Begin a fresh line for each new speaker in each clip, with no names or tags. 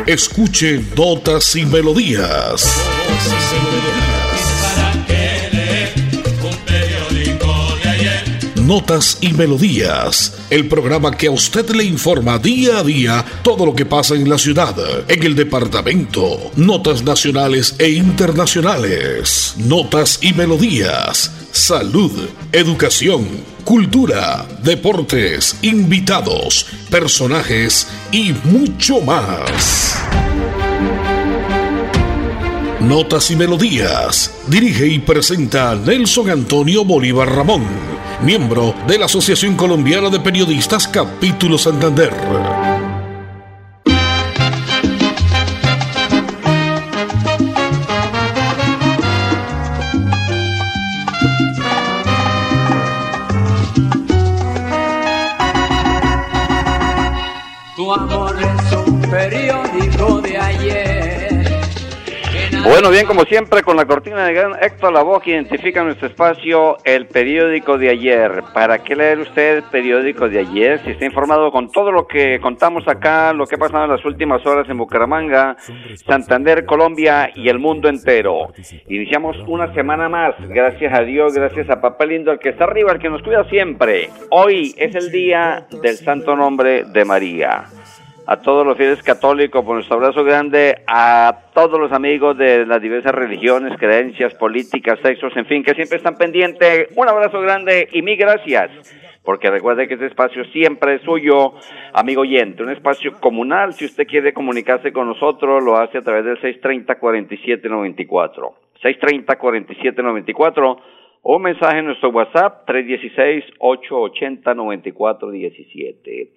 Escuche Notas y Melodías. Notas y Melodías, el programa que a usted le informa día a día todo lo que pasa en la ciudad, en el departamento, notas nacionales e internacionales. Notas y Melodías, salud, educación, cultura, deportes, invitados, personajes y mucho más. Notas y Melodías, dirige y presenta Nelson Antonio Bolívar Ramón, miembro de la Asociación Colombiana de Periodistas Capítulo Santander.
Tu amor es un periódico de ayer.
Bueno, bien, como siempre, con la cortina de gran Héctor Lavoe, que identifica nuestro espacio, el periódico de ayer. ¿Para qué leer usted el periódico de ayer? Si está informado con todo lo que contamos acá, lo que ha pasado en las últimas horas en Bucaramanga, Santander, Colombia y el mundo entero. Iniciamos una semana más, gracias a Dios, gracias a Papá Lindo, el que está arriba, el que nos cuida siempre. Hoy es el día del Santo Nombre de María. A todos los fieles católicos, por nuestro abrazo grande, a todos los amigos de las diversas religiones, creencias, políticas, sexos, en fin, que siempre están pendientes. Un abrazo grande y mil gracias, porque recuerde que este espacio siempre es suyo, amigo oyente, un espacio comunal. Si usted quiere comunicarse con nosotros, lo hace a través del 630-4794, 630-4794, o un mensaje en nuestro WhatsApp, 316-880-9417,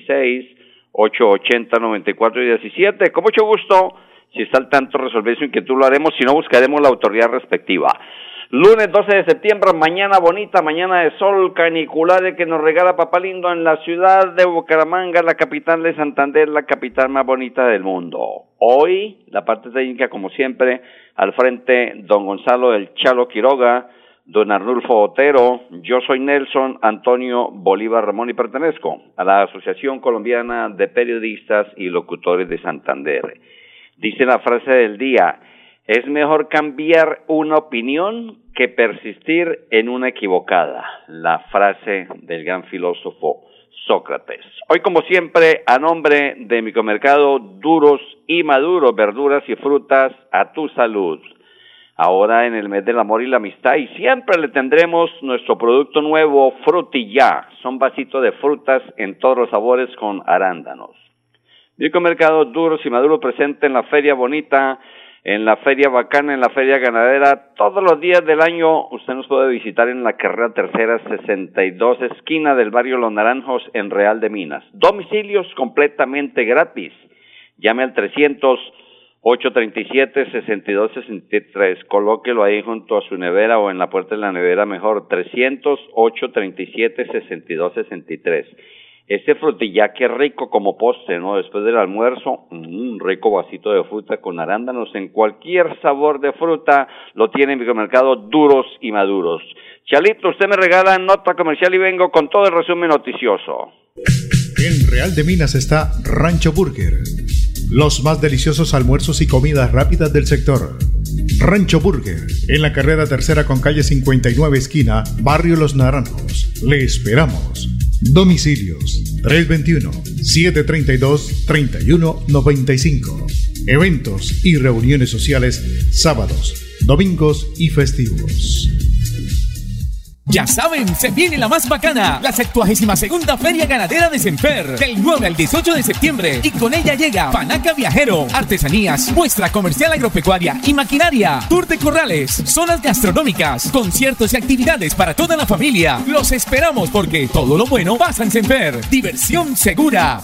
316-880-9417. Con mucho gusto, si está al tanto, resolver su inquietud, lo haremos, si no, buscaremos la autoridad respectiva. Lunes 12 de septiembre, mañana bonita, mañana de sol, caniculares que nos regala Papá Lindo en la ciudad de Bucaramanga, la capital de Santander, la capital más bonita del mundo. Hoy, la parte técnica, como siempre, al frente, don Gonzalo del Chalo Quiroga, don Arnulfo Otero. Yo soy Nelson Antonio Bolívar Ramón y pertenezco a la Asociación Colombiana de Periodistas y Locutores de Santander. Dice la frase del día: es mejor cambiar una opinión que persistir en una equivocada. La frase del gran filósofo Sócrates. Hoy, como siempre, a nombre de Micromercado Duros y Maduros, verduras y frutas a tu salud. Ahora en el mes del amor y la amistad, y siempre le tendremos nuestro producto nuevo, Frutilla. Son vasitos de frutas en todos los sabores con arándanos. Micromercado Duros y Maduros presente en la Feria Bonita, en la Feria Bacana, en la Feria Ganadera. Todos los días del año usted nos puede visitar en la carrera tercera 62, esquina del barrio Los Naranjos, en Real de Minas. Domicilios completamente gratis. Llame al 300-837-6263. Colóquelo ahí junto a su nevera o en la puerta de la nevera mejor. 300-837-6263. Ese frutilla que es rico como postre, ¿no? Después del almuerzo, un rico vasito de fruta con arándanos en cualquier sabor de fruta, lo tiene en Micromercado Duros y Maduros. Chalito, usted me regala nota comercial y vengo con todo el resumen noticioso.
En Real de Minas está Rancho Burger, los más deliciosos almuerzos y comidas rápidas del sector. Rancho Burger, en la carrera tercera con calle 59 esquina, barrio Los Naranjos. Le esperamos. Domicilios 321-732-3195. Eventos y reuniones sociales sábados, domingos y festivos.
Ya saben, se viene la más bacana, la 72ª Feria Ganadera de Semper, del 9 al 18 de septiembre, y con ella llega Panaca Viajero, artesanías, muestra comercial agropecuaria y maquinaria, tour de corrales, zonas gastronómicas, conciertos y actividades para toda la familia. Los esperamos porque todo lo bueno pasa en Semper. Diversión segura.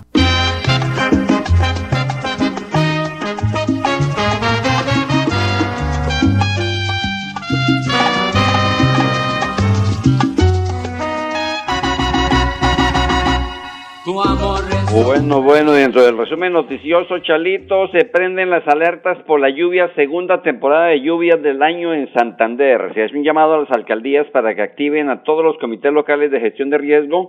Bueno, dentro del resumen noticioso, Chalito, se prenden las alertas por la lluvia, segunda temporada de lluvias del año en Santander. Se hace un llamado a las alcaldías para que activen a todos los comités locales de gestión de riesgo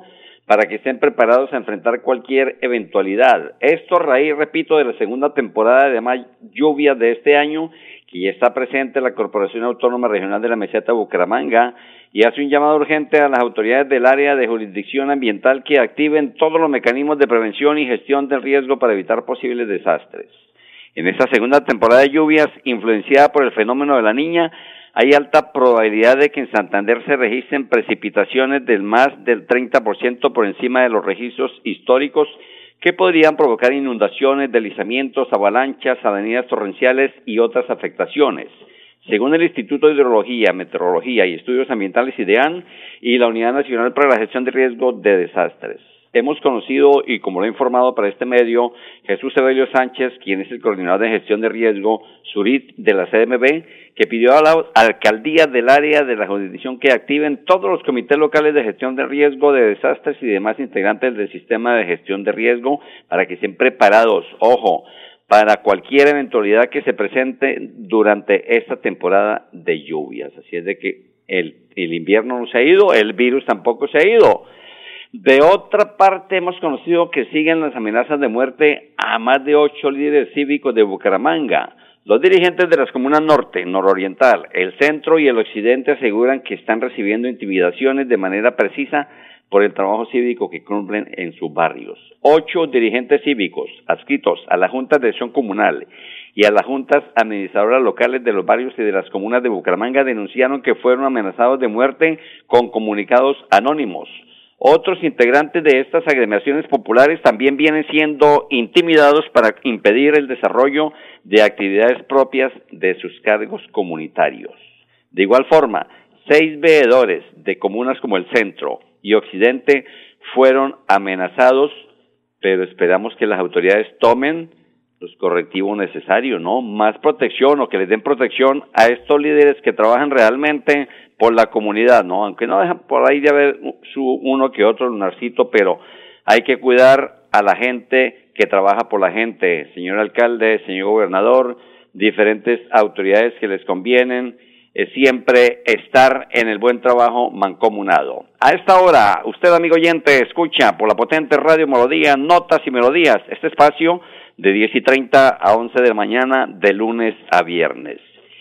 para que estén preparados a enfrentar cualquier eventualidad. Esto a raíz, repito, de la segunda temporada de más lluvias de este año, que ya está presente la Corporación Autónoma Regional de la Meseta de Bucaramanga, y hace un llamado urgente a las autoridades del área de jurisdicción ambiental que activen todos los mecanismos de prevención y gestión del riesgo para evitar posibles desastres. En esta segunda temporada de lluvias, influenciada por el fenómeno de la Niña, hay alta probabilidad de que en Santander se registren precipitaciones del más del 30% por encima de los registros históricos que podrían provocar inundaciones, deslizamientos, avalanchas, avenidas torrenciales y otras afectaciones. Según el Instituto de Hidrología, Meteorología y Estudios Ambientales IDEAN y la Unidad Nacional para la Gestión de Riesgo de Desastres. Hemos conocido, y como lo ha informado para este medio, Jesús Evelio Sánchez, quien es el coordinador de gestión de riesgo SURIT de la CMB, que pidió a la alcaldía del área de la jurisdicción que activen todos los comités locales de gestión de riesgo de desastres y demás integrantes del sistema de gestión de riesgo para que estén preparados, ojo, para cualquier eventualidad que se presente durante esta temporada de lluvias. Así es de que el invierno no se ha ido, el virus tampoco se ha ido. De otra parte, hemos conocido que siguen las amenazas de muerte a más de 8 líderes cívicos de Bucaramanga. Los dirigentes de las comunas norte, nororiental, el centro y el occidente aseguran que están recibiendo intimidaciones de manera precisa por el trabajo cívico que cumplen en sus barrios. 8 dirigentes cívicos adscritos a la Junta de Acción Comunal y a las juntas administradoras locales de los barrios y de las comunas de Bucaramanga denunciaron que fueron amenazados de muerte con comunicados anónimos. Otros integrantes de estas agremiaciones populares también vienen siendo intimidados para impedir el desarrollo de actividades propias de sus cargos comunitarios. De igual forma, 6 veedores de comunas como el Centro y Occidente fueron amenazados, pero esperamos que las autoridades tomen los correctivos necesarios, ¿no? Más protección o que les den protección a estos líderes que trabajan realmente por la comunidad, ¿no? Aunque no dejan por ahí de haber uno que otro lunarcito, pero hay que cuidar a la gente que trabaja por la gente, señor alcalde, señor gobernador, diferentes autoridades que les convienen, siempre estar en el buen trabajo mancomunado. A esta hora, usted amigo oyente, escucha por la potente Radio Melodía, Notas y Melodías, este espacio de 10:30 a 11 de la mañana, de lunes a viernes.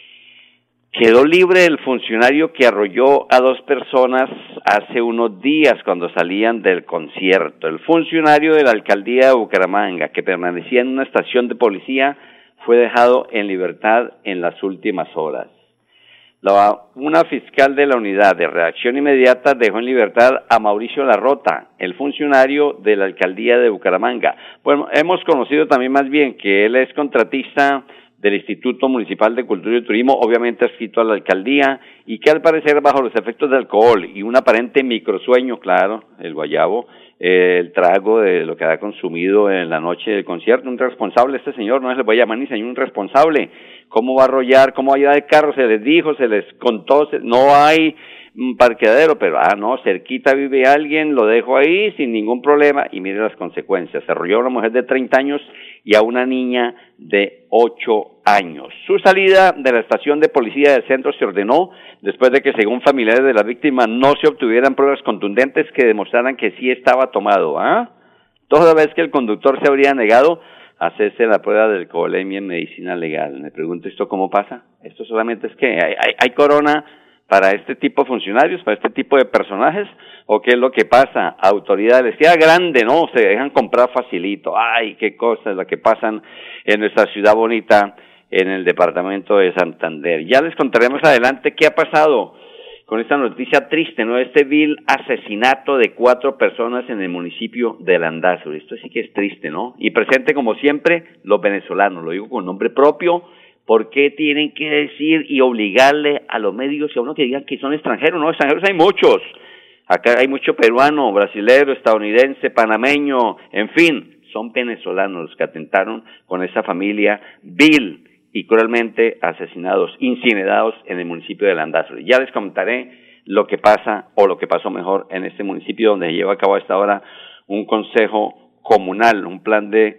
Quedó libre el funcionario que arrolló a 2 personas hace unos días cuando salían del concierto. El funcionario de la alcaldía de Bucaramanga, que permanecía en una estación de policía, fue dejado en libertad en las últimas horas. Una fiscal de la unidad de reacción inmediata dejó en libertad a Mauricio Larrota, el funcionario de la alcaldía de Bucaramanga. Bueno, hemos conocido también más bien que él es contratista del Instituto Municipal de Cultura y Turismo, obviamente adscrito a la alcaldía, y que al parecer bajo los efectos de alcohol y un aparente microsueño, claro, el guayabo, el trago de lo que ha consumido en la noche del concierto, un responsable, este señor, no se le voy a llamar ni señor, un responsable, ¿cómo va a arrollar, cómo va a llevar el carro? Se les dijo, se les contó, no hay parqueadero, pero no, cerquita vive alguien, lo dejo ahí sin ningún problema, y mire las consecuencias, se arrolló a una mujer de 30 años y a una niña de 8 años. Su salida de la estación de policía del centro se ordenó después de que, según familiares de la víctima, no se obtuvieran pruebas contundentes que demostraran que sí estaba tomado. Toda vez que el conductor se habría negado a hacerse la prueba de alcoholemia en medicina legal. Me pregunto, ¿esto cómo pasa? Esto solamente es que hay corona para este tipo de funcionarios, para este tipo de personajes, o qué es lo que pasa. Autoridades, les queda grande, ¿no? Se dejan comprar facilito. Ay, qué cosas las que pasan en nuestra ciudad bonita, en el departamento de Santander. Ya les contaremos adelante qué ha pasado con esta noticia triste, ¿no? Este vil asesinato de 4 personas en el municipio de Landazuri. Esto sí que es triste, ¿no? Y presente, como siempre, los venezolanos, lo digo con nombre propio. ¿Por qué tienen que decir y obligarle a los medios y a uno que digan que son extranjeros? No, extranjeros hay muchos. Acá hay mucho peruano, brasilero, estadounidense, panameño, en fin, son venezolanos los que atentaron con esa familia vil y cruelmente asesinados, incinerados en el municipio de Landazuri. Ya les comentaré lo que pasa, o lo que pasó mejor, en este municipio donde se lleva a cabo a esta hora un consejo comunal, un plan de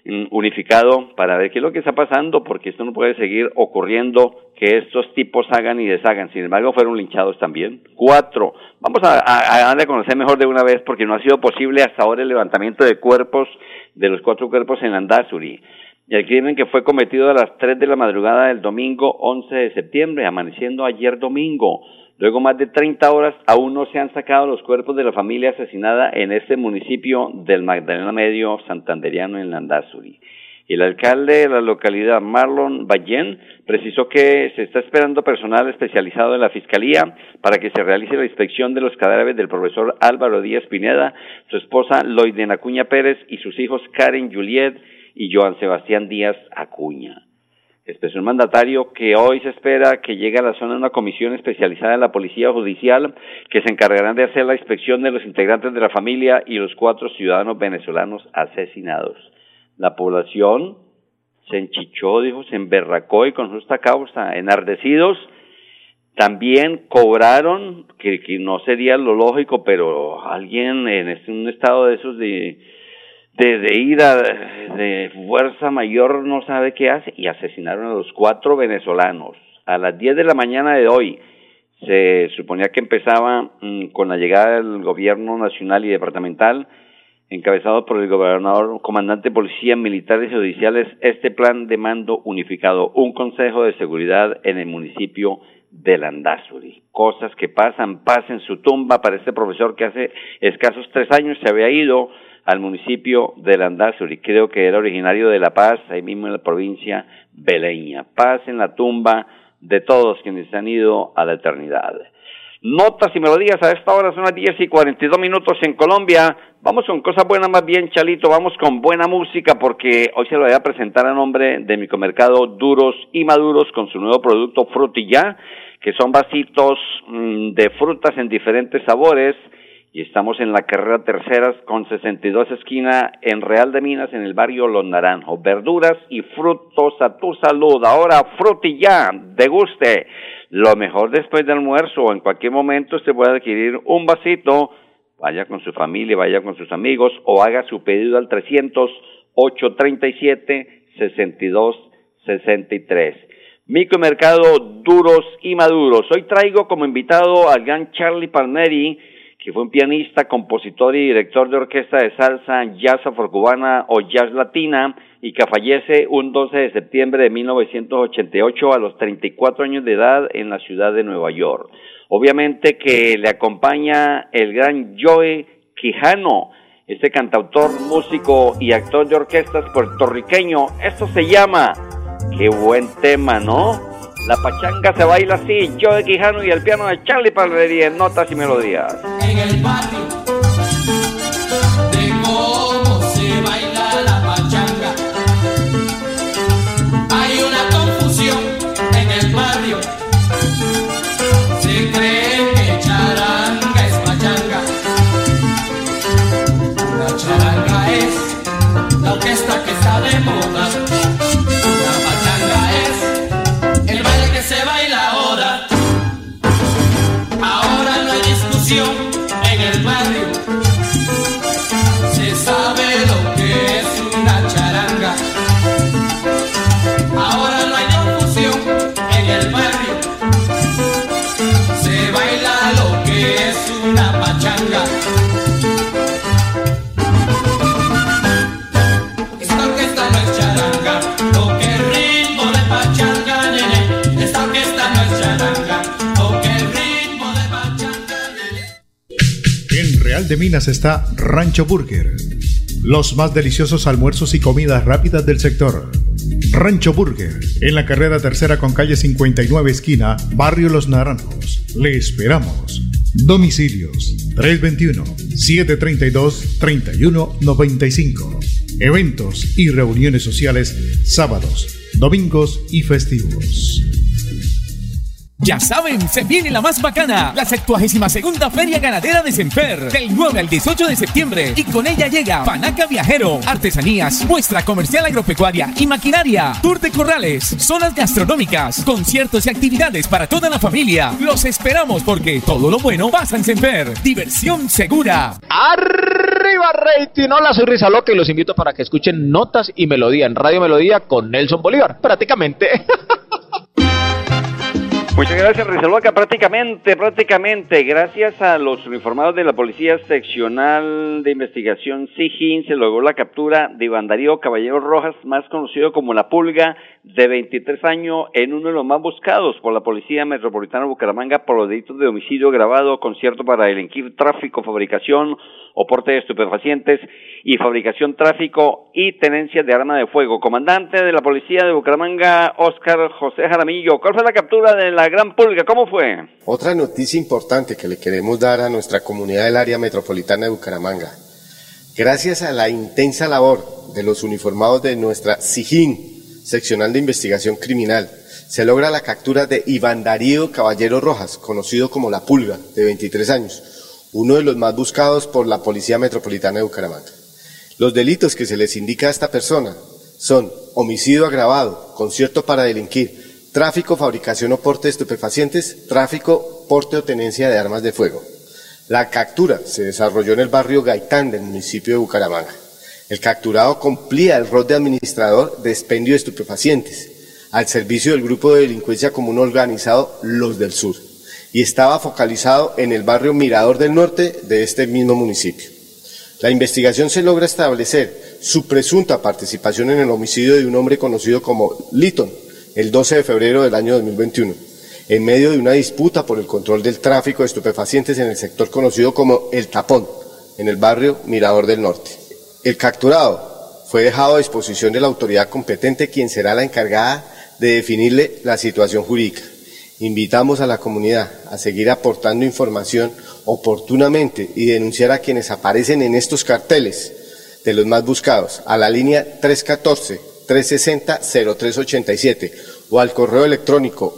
unificado para ver qué es lo que está pasando, porque esto no puede seguir ocurriendo, que estos tipos hagan y deshagan. Sin embargo, fueron linchados también. 4. Vamos a darle a conocer mejor de una vez, porque no ha sido posible hasta ahora el levantamiento de cuerpos, de los 4 cuerpos en Landazuri. El crimen que fue cometido a las 3 de la madrugada del domingo 11 de septiembre, amaneciendo ayer domingo. Luego más de 30 horas aún no se han sacado los cuerpos de la familia asesinada en este municipio del Magdalena Medio santanderiano en Landazuri. El alcalde de la localidad, Marlon Ballén, precisó que se está esperando personal especializado en la Fiscalía para que se realice la inspección de los cadáveres del profesor Álvaro Díaz Pineda, su esposa Loiden Acuña Pérez y sus hijos Karen Juliet y Joan Sebastián Díaz Acuña. Expresó el mandatario que hoy se espera que llegue a la zona una comisión especializada de la Policía Judicial que se encargarán de hacer la inspección de los integrantes de la familia y los 4 ciudadanos venezolanos asesinados. La población se enchichó, dijo, se emberracó y con justa causa. Enardecidos también cobraron, que no sería lo lógico, pero alguien en un estado de esos de ira, de fuerza mayor, no sabe qué hace, y asesinaron a los 4 venezolanos. A las 10 de la mañana de hoy, se suponía que empezaba con la llegada del gobierno nacional y departamental, encabezado por el gobernador, comandante de policía, militares y judiciales, este plan de mando unificado, un consejo de seguridad en el municipio de Landazuri. Cosas que pasan, paz en su tumba para este profesor que hace escasos 3 años se había ido al municipio de Landazuri. Creo que era originario de La Paz, ahí mismo en la provincia beleña. Paz en la tumba de todos quienes se han ido a la eternidad. Notas y melodías a esta hora, son las 10:42 en Colombia. Vamos con cosas buenas más bien, Chalito, vamos con buena música, porque hoy se lo voy a presentar a nombre de Micromercado Duros y Maduros con su nuevo producto Frutilla, que son vasitos de frutas en diferentes sabores. Y estamos en la carrera tercera con 62 esquina en Real de Minas, en el barrio Los Naranjos. Verduras y frutos a tu salud. Ahora, Frutilla, deguste. Lo mejor después del almuerzo o en cualquier momento usted puede adquirir un vasito. Vaya con su familia, vaya con sus amigos o haga su pedido al 300-837-6263. Micromercado Duros y Maduros. Hoy traigo como invitado al gran Charlie Palmieri, que fue un pianista, compositor y director de orquesta de salsa, jazz afrocubana o jazz latina, y que fallece un 12 de septiembre de 1988 a los 34 años de edad en la ciudad de Nueva York. Obviamente que le acompaña el gran Joey Quijano, este cantautor, músico y actor de orquestas puertorriqueño. Esto se llama, qué buen tema, ¿no? La pachanga se baila así, Joey Quijano y el piano de Charlie Palmieri en Notas y Melodías.
En el barrio, de cómo se baila la pachanga, hay una confusión en el barrio. Se cree que charanga es pachanga. La charanga es la orquesta que está de moda. La pachanga es el baile que se baila ahora. Ahora no hay discusión en el barrio. Se sabe lo que es una charanga. Ahora no hay confusión en el barrio. Se baila lo que es una pachanga. Esta orquesta no es charanga, toque el ritmo de pachanga, nene. Esta orquesta no es charanga, toque el ritmo de pachanga, nene.
En Real de Minas está Rancho Burger, los más deliciosos almuerzos y comidas rápidas del sector. Rancho Burger, en la carrera tercera con calle 59 esquina, barrio Los Naranjos. Le esperamos. Domicilios 321-732-3195. Eventos y reuniones sociales sábados, domingos y festivos.
Ya saben, se viene la más bacana, la 72ª Feria Ganadera de Semper, del 9 al 18 de septiembre, y con ella llega Panaca Viajero, artesanías, muestra comercial agropecuaria y maquinaria, tour de corrales, zonas gastronómicas, conciertos y actividades para toda la familia. Los esperamos porque todo lo bueno pasa en Semper. Diversión segura.
¡Arriba rating! Hola, soy Rizaloca y los invito para que escuchen Notas y Melodía en Radio Melodía con Nelson Bolívar, prácticamente.
Muchas gracias, Rizaloca. Prácticamente, gracias a los uniformados de la Policía Seccional de Investigación SIGIN, se logró la captura de Iván Darío Caballero Rojas, más conocido como La Pulga, de 23 años, en uno de los más buscados por la Policía Metropolitana de Bucaramanga por los delitos de homicidio agravado, concierto para delinquir, tráfico, fabricación o porte de estupefacientes y fabricación, tráfico y tenencia de arma de fuego. Comandante de la Policía de Bucaramanga, Óscar José Jaramillo, ¿cuál fue la captura de la Gran Pulga? ¿Cómo fue?
Otra noticia importante que le queremos dar a nuestra comunidad del área metropolitana de Bucaramanga. Gracias a la intensa labor de los uniformados de nuestra SIGIN, Seccional de Investigación Criminal, se logra la captura de Iván Darío Caballero Rojas, conocido como La Pulga, de 23 años, uno de los más buscados por la Policía Metropolitana de Bucaramanga. Los delitos que se les indica a esta persona son homicidio agravado, concierto para delinquir, tráfico, fabricación o porte de estupefacientes, tráfico, porte o tenencia de armas de fuego. La captura se desarrolló en el barrio Gaitán del municipio de Bucaramanga. El capturado cumplía el rol de administrador de expendio de estupefacientes al servicio del grupo de delincuencia común organizado Los del Sur y estaba focalizado en el barrio Mirador del Norte de este mismo municipio. La investigación se logra establecer su presunta participación en el homicidio de un hombre conocido como Liton el 12 de febrero del año 2021, en medio de una disputa por el control del tráfico de estupefacientes en el sector conocido como El Tapón, en el barrio Mirador del Norte. El capturado fue dejado a disposición de la autoridad competente, quien será la encargada de definirle la situación jurídica. Invitamos a la comunidad a seguir aportando información oportunamente y denunciar a quienes aparecen en estos carteles de los más buscados a la línea 314-360-0387 o al correo electrónico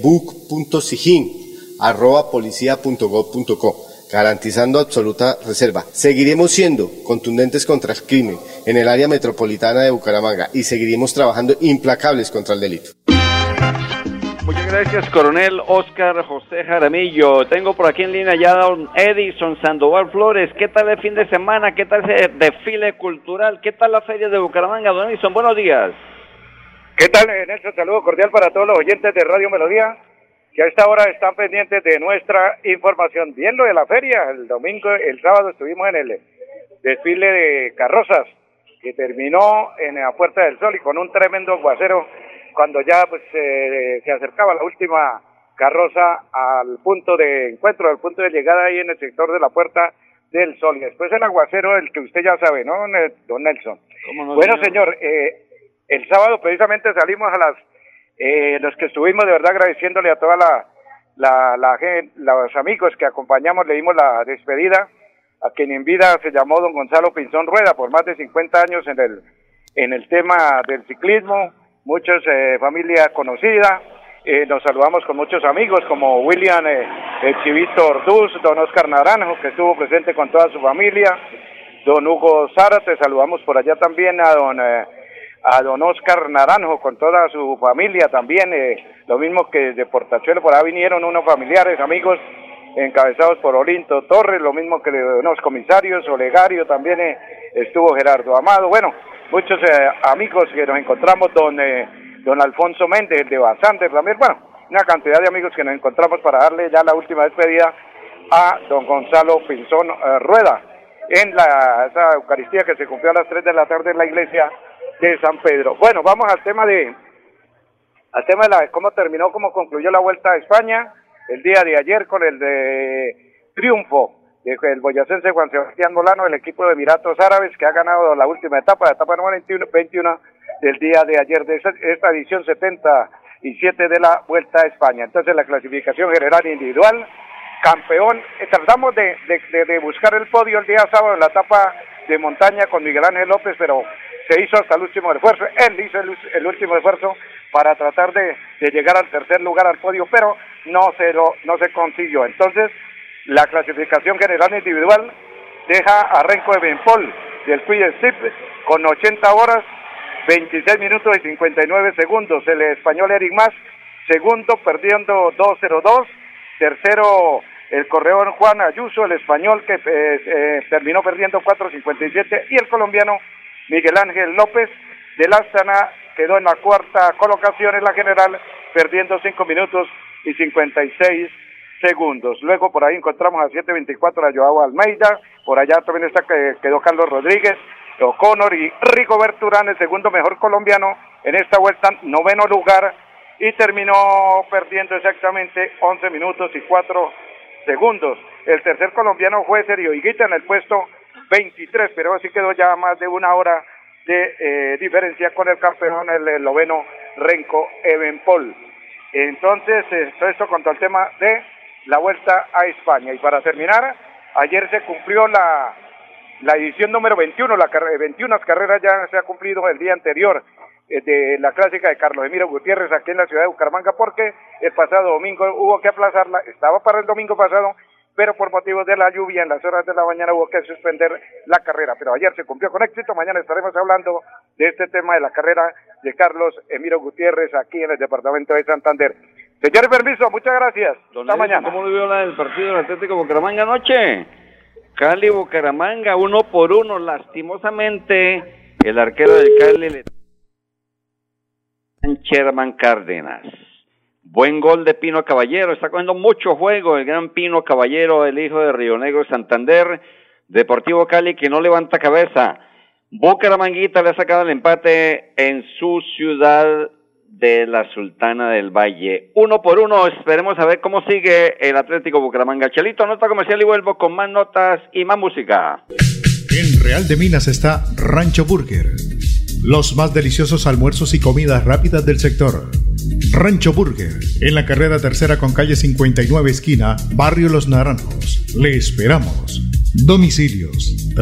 mebuc.sigin@policia.gov.co, garantizando absoluta reserva. Seguiremos siendo contundentes contra el crimen en el área metropolitana de Bucaramanga y seguiremos trabajando implacables contra el delito.
Muchas gracias, coronel Óscar José Jaramillo. Tengo por aquí en línea ya a don Edison Sandoval Flores. ¿Qué tal el fin de semana? ¿Qué tal ese desfile cultural? ¿Qué tal la feria de Bucaramanga? Don Edison, buenos días.
¿Qué tal, Nelson? Saludo cordial para todos los oyentes de Radio Melodía, que a esta hora están pendientes de nuestra información. Bien lo de la feria, el sábado estuvimos en el desfile de carrozas, que terminó en la Puerta del Sol y con un tremendo aguacero, cuando ya pues se acercaba la última carroza al punto de encuentro, al punto de llegada ahí en el sector de la Puerta del Sol. Y después el aguacero, el que usted ya sabe, ¿no, don Nelson?
No,
bueno, señor, el sábado precisamente salimos a los que estuvimos de verdad agradeciéndole a toda la gente, los amigos que acompañamos, le dimos la despedida a quien en vida se llamó don Gonzalo Pinzón Rueda, por más de 50 años en el tema del ciclismo, muchos familia conocida. Nos saludamos con muchos amigos como William Chivito Orduz, don Oscar Naranjo, que estuvo presente con toda su familia, don Hugo Zárate, saludamos por allá también a don Oscar Naranjo con toda su familia también, lo mismo que de Portachuelo, por ahí vinieron unos familiares, amigos, encabezados por Olinto Torres, lo mismo que de unos comisarios, Olegario, también estuvo Gerardo Amado, bueno, muchos amigos que nos encontramos, don Alfonso Méndez, de Basander también, bueno, una cantidad de amigos que nos encontramos para darle ya la última despedida a don Gonzalo Pinzón Rueda, en esa Eucaristía que se cumplió a las 3 de la tarde en la iglesia de San Pedro. Bueno, vamos al tema de cómo terminó, cómo concluyó la Vuelta a España el día de ayer con el de triunfo del boyacense Juan Sebastián Molano, el equipo de Emiratos Árabes, que ha ganado la última etapa, la etapa número 21 del día de ayer de esta edición 77 de la Vuelta a España. Entonces, la clasificación general individual, campeón, tratamos de buscar el podio el día sábado en la etapa de montaña con Miguel Ángel López, pero se hizo hasta el último esfuerzo, él hizo el último esfuerzo para tratar de llegar al tercer lugar al podio, pero no se consiguió. Entonces, la clasificación general individual deja a Renko Evenepoel del Quick-Step con 80 horas, 26 minutos y 59 segundos. El español Eric Mas, segundo, perdiendo 2:02. Tercero, el corredor Juan Ayuso, el español, que terminó perdiendo 4:57. Y el colombiano Miguel Ángel López del Astana quedó en la cuarta colocación en la general, perdiendo 5 minutos y 56 segundos. Luego por ahí encontramos a 7:24 a Joao Almeida, por allá también quedó Carlos Rodríguez, O'Connor y Rigoberto Urán, el segundo mejor colombiano en esta vuelta, noveno lugar, y terminó perdiendo exactamente 11 minutos y 4 segundos. El tercer colombiano fue Sergio Higuita en el puesto 23, pero así quedó ya más de una hora de diferencia con el campeón, el noveno Renko Evenepoel. Entonces, todo esto contra el tema de la Vuelta a España. Y para terminar, ayer se cumplió la edición número 21, 21 carreras ya se ha cumplido el día anterior de la clásica de Carlos Emiro Gutiérrez aquí en la ciudad de Bucaramanga, porque el pasado domingo hubo que aplazarla, estaba para el domingo pasado, pero por motivos de la lluvia en las horas de la mañana hubo que suspender la carrera, pero ayer se cumplió con éxito. Mañana estaremos hablando de este tema de la carrera de Carlos Emiro Gutiérrez aquí en el departamento de Santander. Señor, permiso, muchas gracias. Hasta mañana.
¿Cómo lo vio el partido del Atlético Bucaramanga anoche? Cali Bucaramanga, 1-1, lastimosamente el arquero del Cali le... Sherman Cárdenas. Buen gol de Pino Caballero, está cogiendo mucho juego el gran Pino Caballero, el hijo de Río Negro, Santander. Deportivo Cali que no levanta cabeza. Bucaramanguita le ha sacado el empate en su ciudad de la Sultana del Valle. 1-1, esperemos a ver cómo sigue el Atlético Bucaramanga. Chelito, nota comercial y vuelvo con más notas y más música.
En Real de Minas está Rancho Burger, los más deliciosos almuerzos y comidas rápidas del sector. Rancho Burger, en la carrera tercera con calle 59 esquina, Barrio Los Naranjos. Le esperamos. Domicilios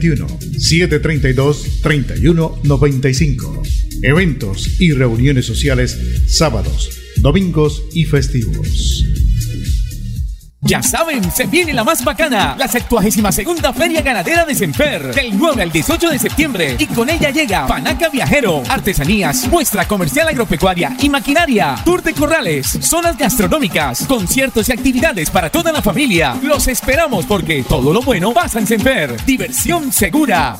321-732-3195. Eventos y reuniones sociales sábados, domingos y festivos.
Ya saben, se viene la más bacana, la 72ª Feria Ganadera de Semper, del 9 al 18 de septiembre, y con ella llega Panaca Viajero, artesanías, muestra comercial agropecuaria y maquinaria, tour de corrales, zonas gastronómicas, conciertos y actividades para toda la familia. Los esperamos porque todo lo bueno pasa en Semper. Diversión segura.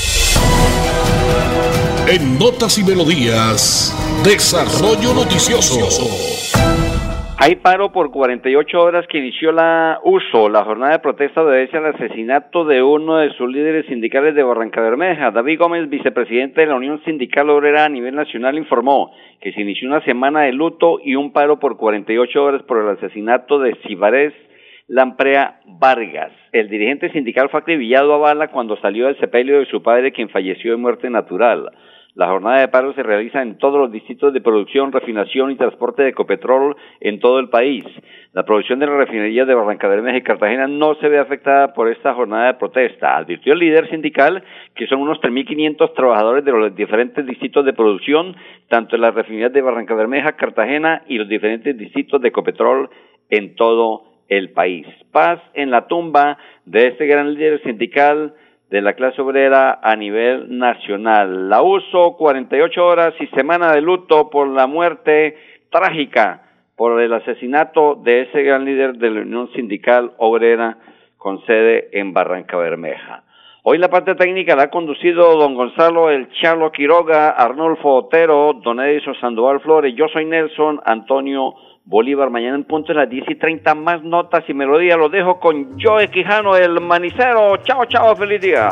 En Notas y Melodías, Desarrollo Noticioso.
Hay paro por 48 horas que inició la USO. La jornada de protesta obedece al asesinato de uno de sus líderes sindicales de Barrancabermeja. David Gómez, vicepresidente de la Unión Sindical Obrera a nivel nacional, informó que se inició una semana de luto y un paro por 48 horas por el asesinato de Cibarés Lamprea Vargas. El dirigente sindical fue acribillado a bala cuando salió del sepelio de su padre, quien falleció de muerte natural. La jornada de paro se realiza en todos los distritos de producción, refinación y transporte de Ecopetrol en todo el país. La producción de las refinerías de Barrancabermeja y Cartagena no se ve afectada por esta jornada de protesta. Advirtió el líder sindical que son unos 3.500 trabajadores de los diferentes distritos de producción, tanto en las refinerías de Barrancabermeja, Cartagena y los diferentes distritos de Ecopetrol en todo el país. Paz en la tumba de este gran líder sindical de la clase obrera a nivel nacional. La USO, 48 horas y semana de luto por la muerte trágica, por el asesinato de ese gran líder de la Unión Sindical Obrera con sede en Barrancabermeja. Hoy la parte técnica la ha conducido don Gonzalo El Charlo Quiroga, Arnulfo Otero, don Edison Sandoval Flores. Yo soy Nelson Antonio Bolívar. Mañana en punto de las 10:30 más notas y melodías. Los dejo con Joe Quijano, el manicero. Chao, chao, feliz día.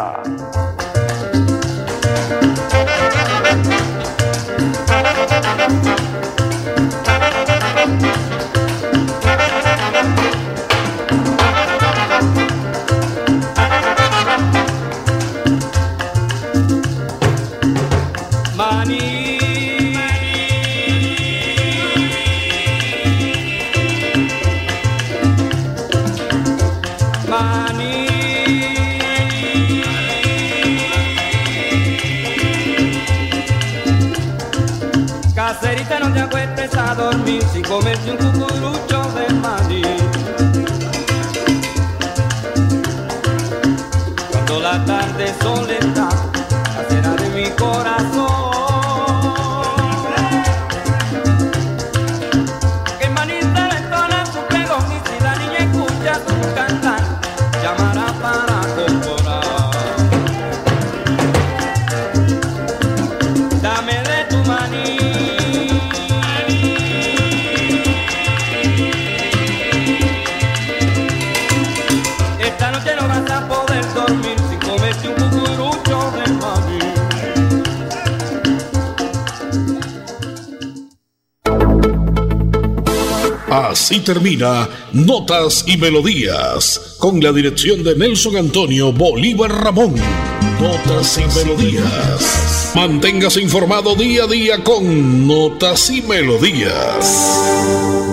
Caserita, no te acuestes a dormir sin comerte un cucurucho de maní. Cuando la tarde soledad acera de mi corazón, que manita le entona su pregón y si la niña escucha su cantar, llamará para componer. Dame de tu maní. Esta noche no vas a poder dormir sin comerte un cucurucho de maní.
Así termina Notas y Melodías, con la dirección de Nelson Antonio Bolívar Ramón. Notas y Melodías. Manténgase informado día a día con Notas y Melodías.